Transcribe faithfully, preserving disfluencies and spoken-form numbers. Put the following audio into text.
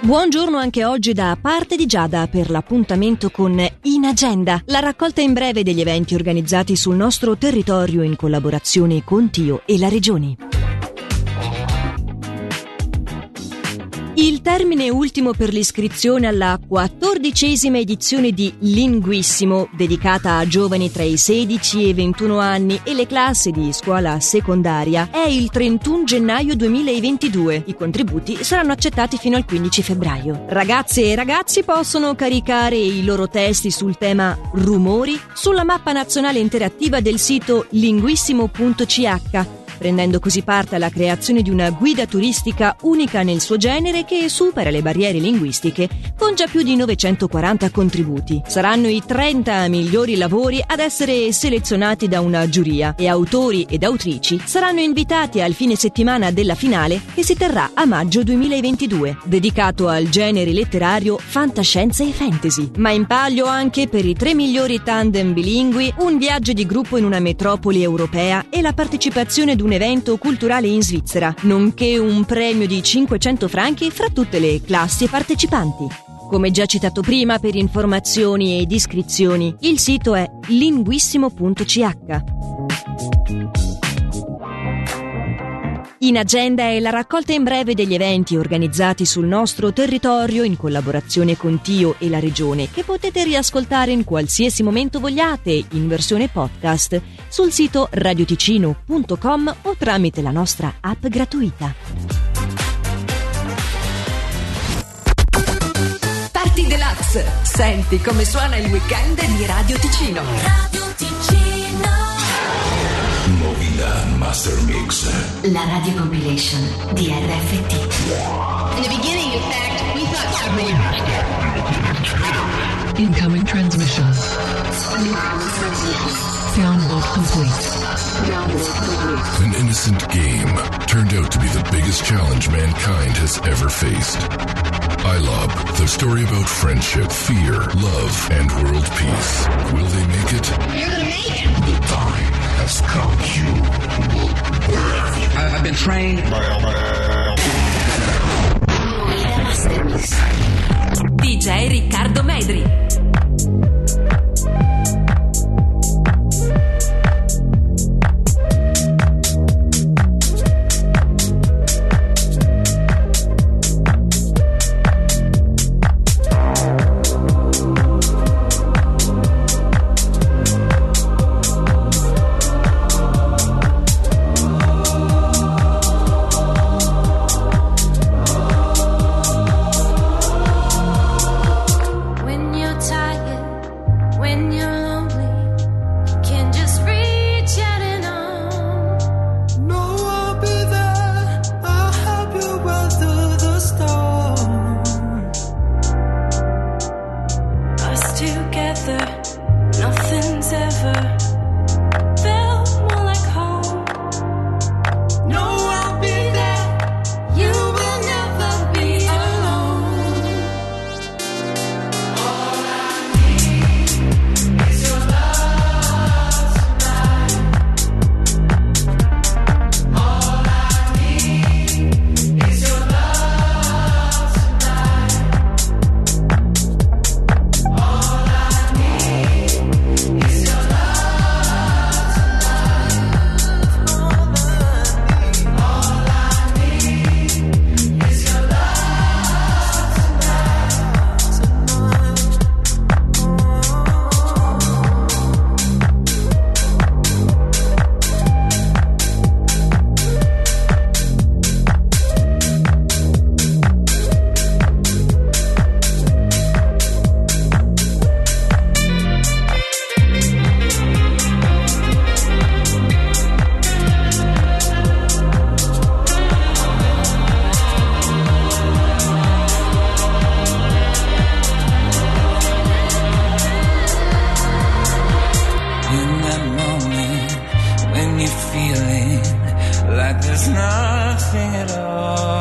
Buongiorno anche oggi da parte di Giada per l'appuntamento con In Agenda, la raccolta in breve degli eventi organizzati sul nostro territorio in collaborazione con Tio e la Regione. Il termine ultimo per l'iscrizione alla quattordicesima edizione di Linguissimo, dedicata a giovani tra i sedici e i ventuno anni e le classi di scuola secondaria, è il trentuno gennaio duemilaventidue. I contributi saranno accettati fino al quindici febbraio. Ragazze e ragazzi possono caricare i loro testi sul tema rumori sulla mappa nazionale interattiva del sito linguissimo punto c h, prendendo così parte alla creazione di una guida turistica unica nel suo genere che supera le barriere linguistiche con già più di novecentoquaranta contributi. Saranno i trenta migliori lavori ad essere selezionati da una giuria e autori ed autrici saranno invitati al fine settimana della finale che si terrà a maggio duemilaventidue, dedicato al genere letterario fantascienza e fantasy. Ma in palio anche per i tre migliori tandem bilingui un viaggio di gruppo in una metropoli europea e la partecipazione ad un evento culturale in Svizzera, nonché un premio di cinquecento franchi fra tutte le classi partecipanti. Come già citato prima, per informazioni ed iscrizioni, il sito è linguissimo punto c h. In Agenda è la raccolta in breve degli eventi organizzati sul nostro territorio in collaborazione con Tio e la Regione, che potete riascoltare in qualsiasi momento vogliate in versione podcast sul sito radioticino punto com o tramite la nostra app gratuita. Party Deluxe. Senti come suona il weekend di Radio Ticino. Radio Ticino. Movida Master Mix. La radio compilation di R F T. In the beginning, in fact, we thought something. Incoming transmission. Download complete. An innocent game turned out to be the biggest challenge mankind has ever faced. iLob, the story about friendship, fear, love, and world peace. Will they make it? You're gonna make it. The time has come. You will burn. I've been trained. D J Riccardo Medri. Nothing's ever felt more like home. No, I'll be there. You will never be alone. All I need is your love tonight. All I need is your love tonight. All I need is your love Feeling like there's nothing at all.